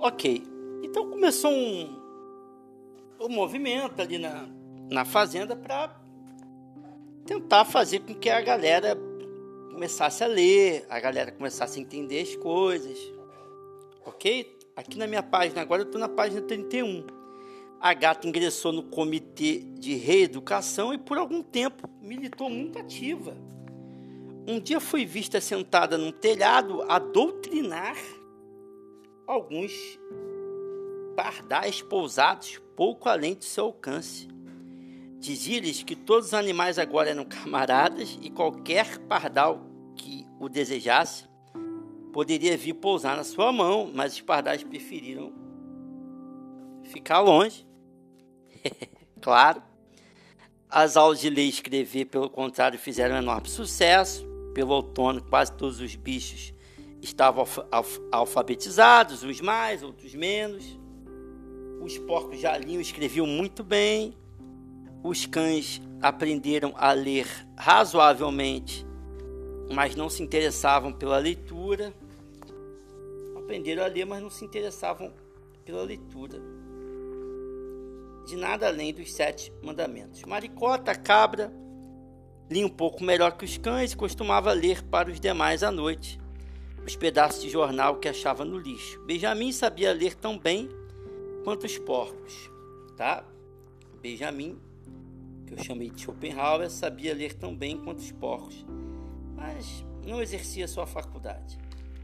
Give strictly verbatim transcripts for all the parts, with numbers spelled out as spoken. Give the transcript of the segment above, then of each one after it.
Ok, então começou um, um movimento ali na, na fazenda para tentar fazer com que a galera começasse a ler, a galera começasse a entender as coisas, ok? Aqui na minha página agora eu estou na página trinta e um. A gata ingressou no comitê de reeducação e por algum tempo militou muito ativa. Um dia foi vista sentada num telhado a doutrinar alguns pardais pousados pouco além do seu alcance. Dizia-lhes que todos os animais agora eram camaradas e qualquer pardal que o desejasse poderia vir pousar na sua mão, mas os pardais preferiram ficar longe. Claro. As aulas de ler e escrever, pelo contrário, fizeram um enorme sucesso. Pelo outono, quase todos os bichos estavam alf alf alfabetizados, uns mais, outros menos. Os porcos já liam e escreviam muito bem. Os cães aprenderam a ler razoavelmente, mas não se interessavam pela leitura. Aprenderam a ler, mas não se interessavam pela leitura. De nada além dos sete mandamentos. Maricota, a cabra, lia um pouco melhor que os cães e costumava ler para os demais à noite os pedaços de jornal que achava no lixo. Benjamin sabia ler tão bem quanto os porcos, tá? Benjamin, que eu chamei de Schopenhauer, sabia ler tão bem quanto os porcos, mas não exercia sua faculdade.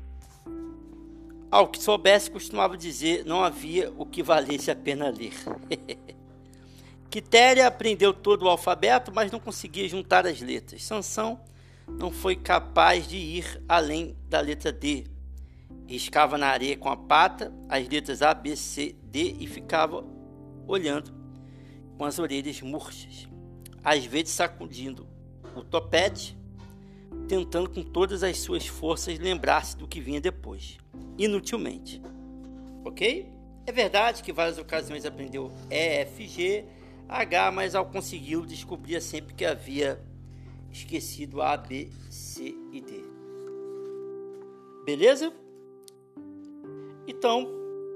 Ao que soubesse, costumava dizer, não havia o que valesse a pena ler. Quitéria aprendeu todo o alfabeto, mas não conseguia juntar as letras. Sansão não foi capaz de ir além da letra D. Riscava na areia com a pata as letras A, B, C, D e ficava olhando com as orelhas murchas, às vezes sacudindo o topete, tentando com todas as suas forças lembrar-se do que vinha depois, inutilmente. Ok? É verdade que em várias ocasiões aprendeu E, F, G, H, mas ao consegui-lo descobria sempre que havia esquecido A, B, C e D. Beleza? Então,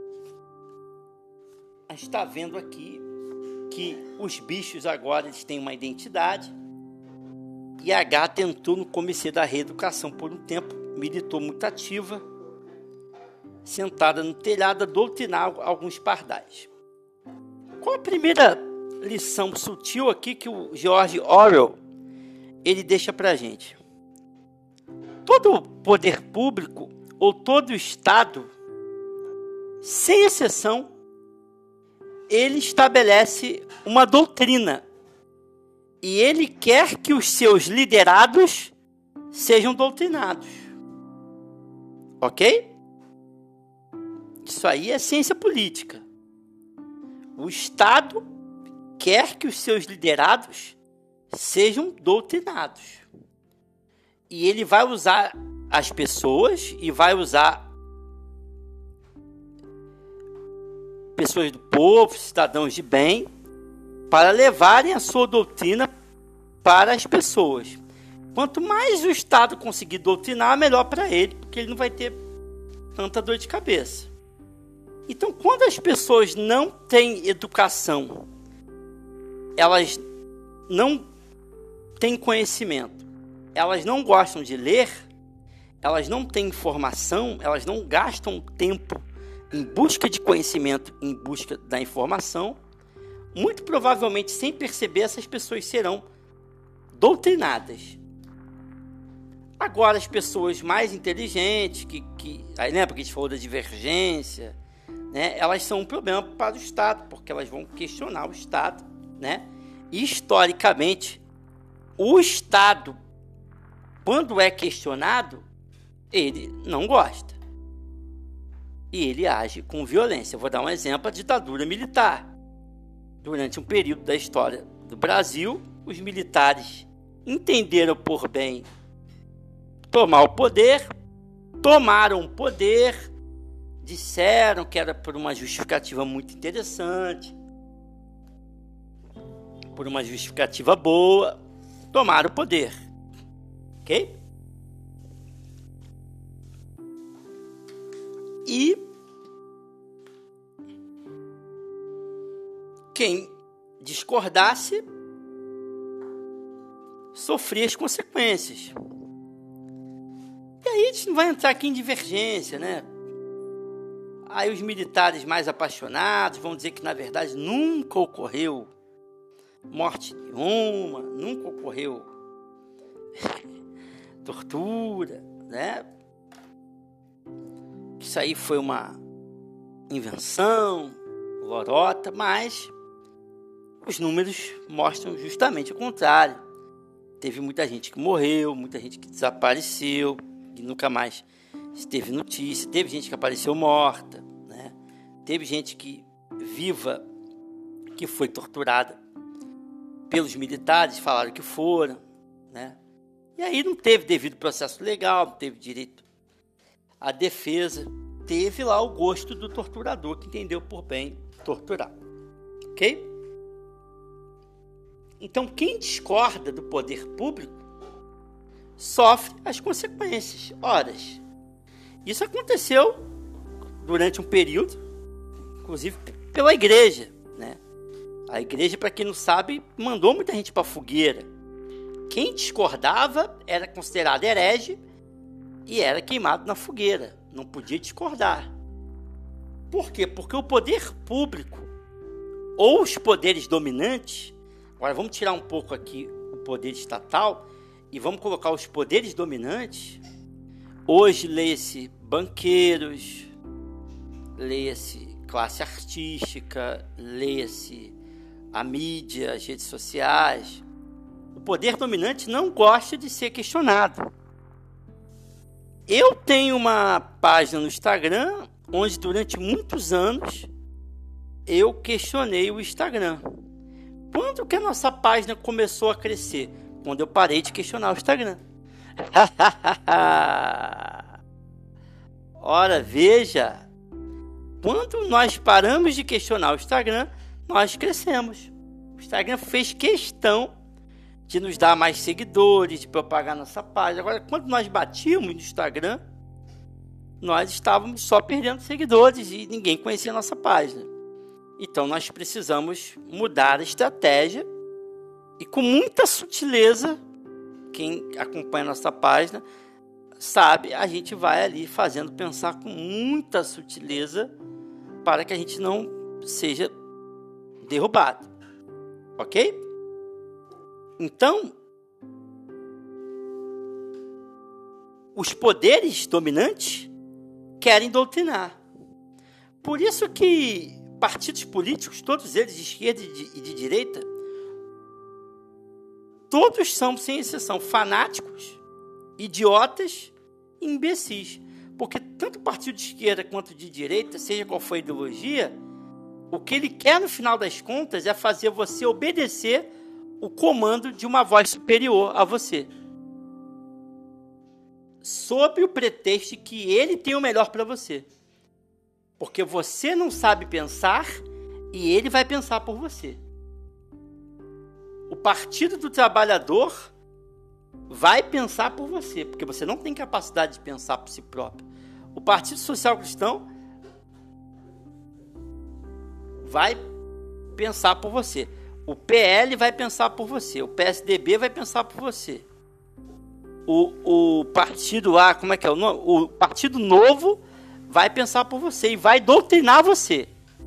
a gente está vendo aqui que os bichos agora eles têm uma identidade e a H tentou no comitê da reeducação por um tempo, militou muito ativa, sentada no telhado a doutrinar alguns pardais. Qual a primeira lição sutil aqui que o George Orwell ele deixa para a gente? Todo poder público ou todo Estado, sem exceção, ele estabelece uma doutrina e ele quer que os seus liderados sejam doutrinados. Ok? Isso aí é ciência política. O Estado quer que os seus liderados sejam doutrinados. E ele vai usar as pessoas e vai usar pessoas do povo, cidadãos de bem, para levarem a sua doutrina para as pessoas. Quanto mais o Estado conseguir doutrinar, melhor para ele, porque ele não vai ter tanta dor de cabeça. Então, quando as pessoas não têm educação, elas não têm conhecimento, elas não gostam de ler, elas não têm informação, elas não gastam tempo em busca de conhecimento, em busca da informação, muito provavelmente, sem perceber, essas pessoas serão doutrinadas. Agora, as pessoas mais inteligentes, que, que, aí lembra que a gente falou da divergência, né? Elas são um problema para o Estado, porque elas vão questionar o Estado, né? E, historicamente, o Estado, quando é questionado, ele não gosta. E ele age com violência. Eu vou dar um exemplo, a ditadura militar. Durante um período da história do Brasil, os militares entenderam por bem tomar o poder, tomaram o poder, disseram que era por uma justificativa muito interessante, por uma justificativa boa, tomaram o poder. Ok? E quem discordasse sofria as consequências. E aí a gente não vai entrar aqui em divergência, né? Aí os militares mais apaixonados vão dizer que, na verdade, nunca ocorreu morte nenhuma, nunca ocorreu tortura, né? Isso aí foi uma invenção, lorota, mas os números mostram justamente o contrário. Teve muita gente que morreu, muita gente que desapareceu, e nunca mais teve notícia, teve gente que apareceu morta, né? Teve gente que viva que foi torturada pelos militares, falaram que foram, né? E aí não teve devido processo legal, não teve direito à defesa, teve lá o gosto do torturador que entendeu por bem torturar, ok? Então quem discorda do poder público sofre as consequências. Ora, isso aconteceu durante um período, inclusive pela igreja, né? A igreja, para quem não sabe, mandou muita gente para a fogueira. Quem discordava era considerado herege e era queimado na fogueira. Não podia discordar. Por quê? Porque o poder público ou os poderes dominantes, agora vamos tirar um pouco aqui o poder estatal e vamos colocar os poderes dominantes. Hoje leia-se banqueiros, leia-se classe artística, leia-se a mídia, as redes sociais. O poder dominante não gosta de ser questionado. Eu tenho uma página no Instagram onde durante muitos anos eu questionei o Instagram. Quando que a nossa página começou a crescer? Quando eu parei de questionar o Instagram. Ora, veja, quando nós paramos de questionar o Instagram, nós crescemos. O Instagram fez questão de nos dar mais seguidores, de propagar nossa página. Agora, quando nós batíamos no Instagram, nós estávamos só perdendo seguidores e ninguém conhecia a nossa página. Então, nós precisamos mudar a estratégia e com muita sutileza, quem acompanha a nossa página sabe, a gente vai ali fazendo pensar com muita sutileza para que a gente não seja derrubado. Ok? Então, os poderes dominantes querem doutrinar. Por isso que partidos políticos, todos eles de esquerda e de, e de direita, todos são, sem exceção, fanáticos, idiotas e imbecis. Porque tanto o partido de esquerda quanto de direita, seja qual for a ideologia, o que ele quer no final das contas é fazer você obedecer o comando de uma voz superior a você, sob o pretexto de que ele tem o melhor para você. Porque você não sabe pensar e ele vai pensar por você. O Partido do Trabalhador vai pensar por você, porque você não tem capacidade de pensar por si próprio. O Partido Social Cristão vai pensar por você. O P L vai pensar por você. O P S D B vai pensar por você. O, o partido lá, como é que é o nome? O Partido Novo vai pensar por você e vai doutrinar você.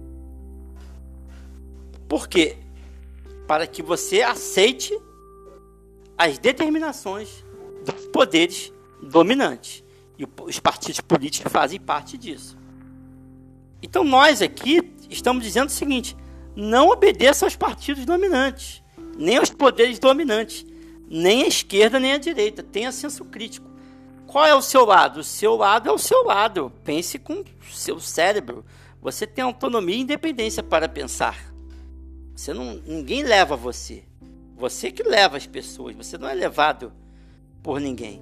Por quê? Para que você aceite as determinações dos poderes dominantes. E os partidos políticos fazem parte disso. Então nós aqui estamos dizendo o seguinte: não obedeça aos partidos dominantes, nem aos poderes dominantes, nem à esquerda nem à direita. Tenha senso crítico. Qual é o seu lado? O seu lado é o seu lado. Pense com o seu cérebro. Você tem autonomia e independência para pensar. Você não, ninguém leva você. Você que leva as pessoas. Você não é levado por ninguém.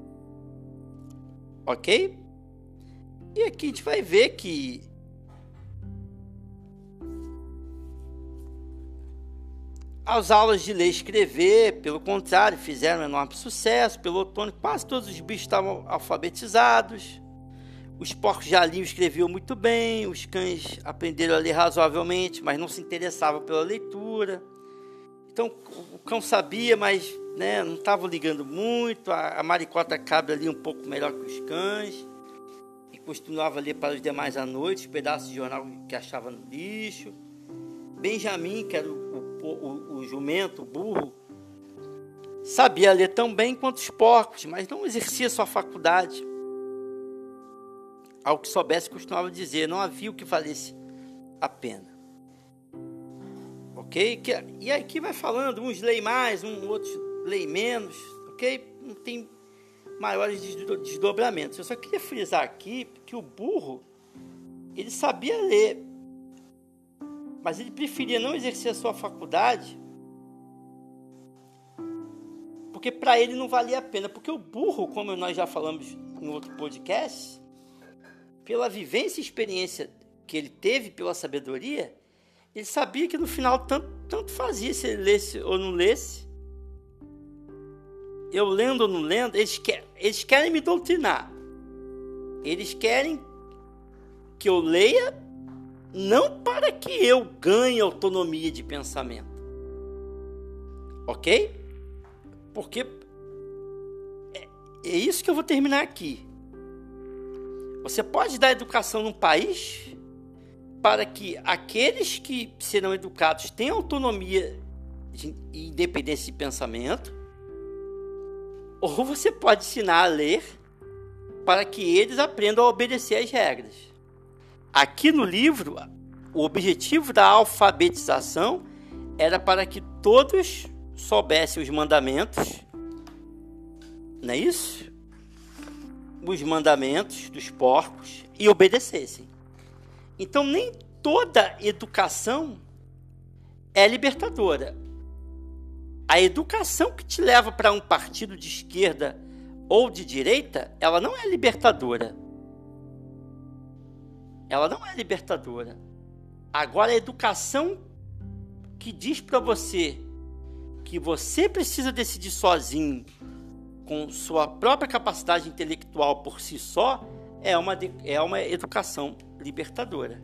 Ok? E aqui a gente vai ver que as aulas de ler e escrever, pelo contrário, fizeram um enorme sucesso. Pelo outono, quase todos os bichos estavam alfabetizados. Os porcos já liam e escreviam muito bem, os cães aprenderam a ler razoavelmente, mas não se interessavam pela leitura. Então, o cão sabia, mas né, não estava ligando muito. A, a maricota cabra lia um pouco melhor que os cães e costumava ler para os demais à noite, pedaços de jornal que achava no lixo. Benjamin, que era o, o, o, o jumento, o burro, sabia ler tão bem quanto os porcos, mas não exercia sua faculdade. Ao que soubesse, costumava dizer, não havia o que valesse a pena. Ok? E aqui vai falando, uns leem mais, um, outros leem menos, ok? Não tem maiores desdobramentos. Eu só queria frisar aqui que o burro, ele sabia ler, mas ele preferia não exercer a sua faculdade, porque para ele não valia a pena. Porque o burro, como nós já falamos em outro podcast, pela vivência e experiência que ele teve, pela sabedoria, ele sabia que no final tanto, tanto fazia se ele lesse ou não lesse. Eu lendo ou não lendo, eles, quer, eles querem me doutrinar. Eles querem que eu leia, não para que eu ganhe autonomia de pensamento. Ok? Porque é, é isso que eu vou terminar aqui. Você pode dar educação num país para que aqueles que serão educados tenham autonomia e independência de pensamento, ou você pode ensinar a ler para que eles aprendam a obedecer às regras. Aqui no livro, o objetivo da alfabetização era para que todos soubessem os mandamentos, não é isso? Os mandamentos dos porcos e obedecessem. Então, nem toda educação é libertadora. A educação que te leva para um partido de esquerda ou de direita, ela não é libertadora. Ela não é libertadora. Agora, a educação que diz para você que você precisa decidir sozinho, com sua própria capacidade intelectual por si só, é uma, é uma educação libertadora.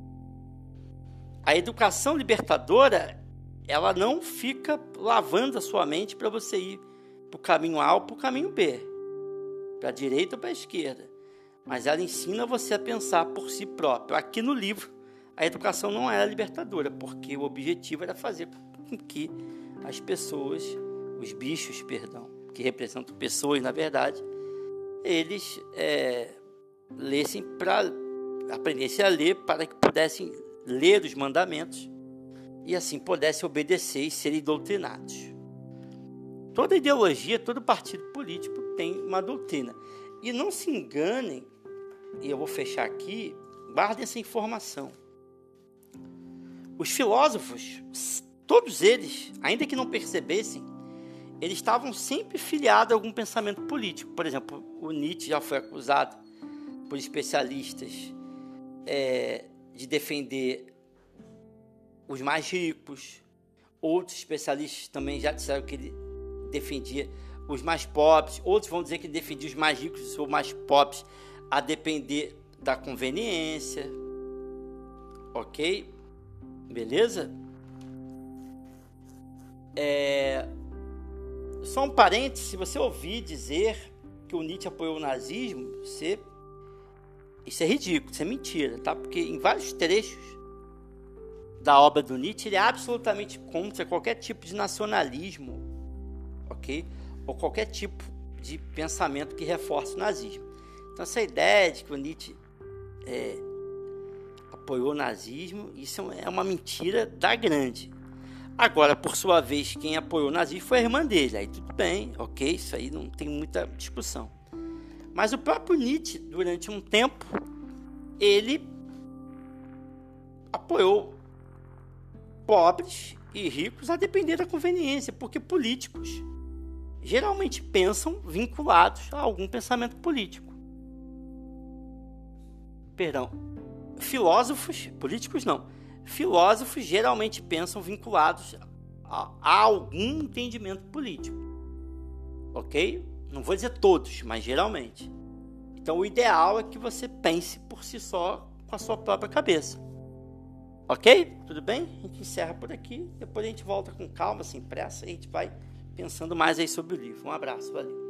A educação libertadora, ela não fica lavando a sua mente para você ir para o caminho A ou para o caminho B, para a direita ou para a esquerda, mas ela ensina você a pensar por si próprio. Aqui no livro, a educação não era libertadora, porque o objetivo era fazer com que as pessoas, os bichos, perdão, que representam pessoas, na verdade, eles é, lessem para aprendessem a ler, para que pudessem ler os mandamentos e assim pudessem obedecer e serem doutrinados. Toda ideologia, todo partido político tem uma doutrina. E não se enganem, e eu vou fechar aqui, guardem essa informação. Os filósofos, todos eles, ainda que não percebessem, eles estavam sempre filiados a algum pensamento político. Por exemplo, o Nietzsche já foi acusado por especialistas é, de defender os mais ricos. Outros especialistas também já disseram que ele defendia os mais pobres. Outros vão dizer que ele defendia os mais ricos ou mais pobres a depender da conveniência. Ok? Beleza? É... Só um parênteses, se você ouvir dizer que o Nietzsche apoiou o nazismo, você... isso é ridículo, isso é mentira, tá? Porque em vários trechos da obra do Nietzsche, ele é absolutamente contra qualquer tipo de nacionalismo, ok? Ou qualquer tipo de pensamento que reforce o nazismo. Então, essa ideia de que o Nietzsche é, apoiou o nazismo, isso é uma mentira da grande. Agora, por sua vez, quem apoiou o nazismo foi a irmã dele. Aí tudo bem, ok, isso aí não tem muita discussão. Mas o próprio Nietzsche, durante um tempo, ele apoiou pobres e ricos a depender da conveniência, porque políticos geralmente pensam vinculados a algum pensamento político. Perdão, filósofos, políticos não, filósofos geralmente pensam vinculados a, a algum entendimento político, ok? Não vou dizer todos, mas geralmente. Então, o ideal é que você pense por si só, com a sua própria cabeça. Ok? Tudo bem? A gente encerra por aqui. Depois a gente volta com calma, sem pressa. E a gente vai pensando mais aí sobre o livro. Um abraço. Valeu.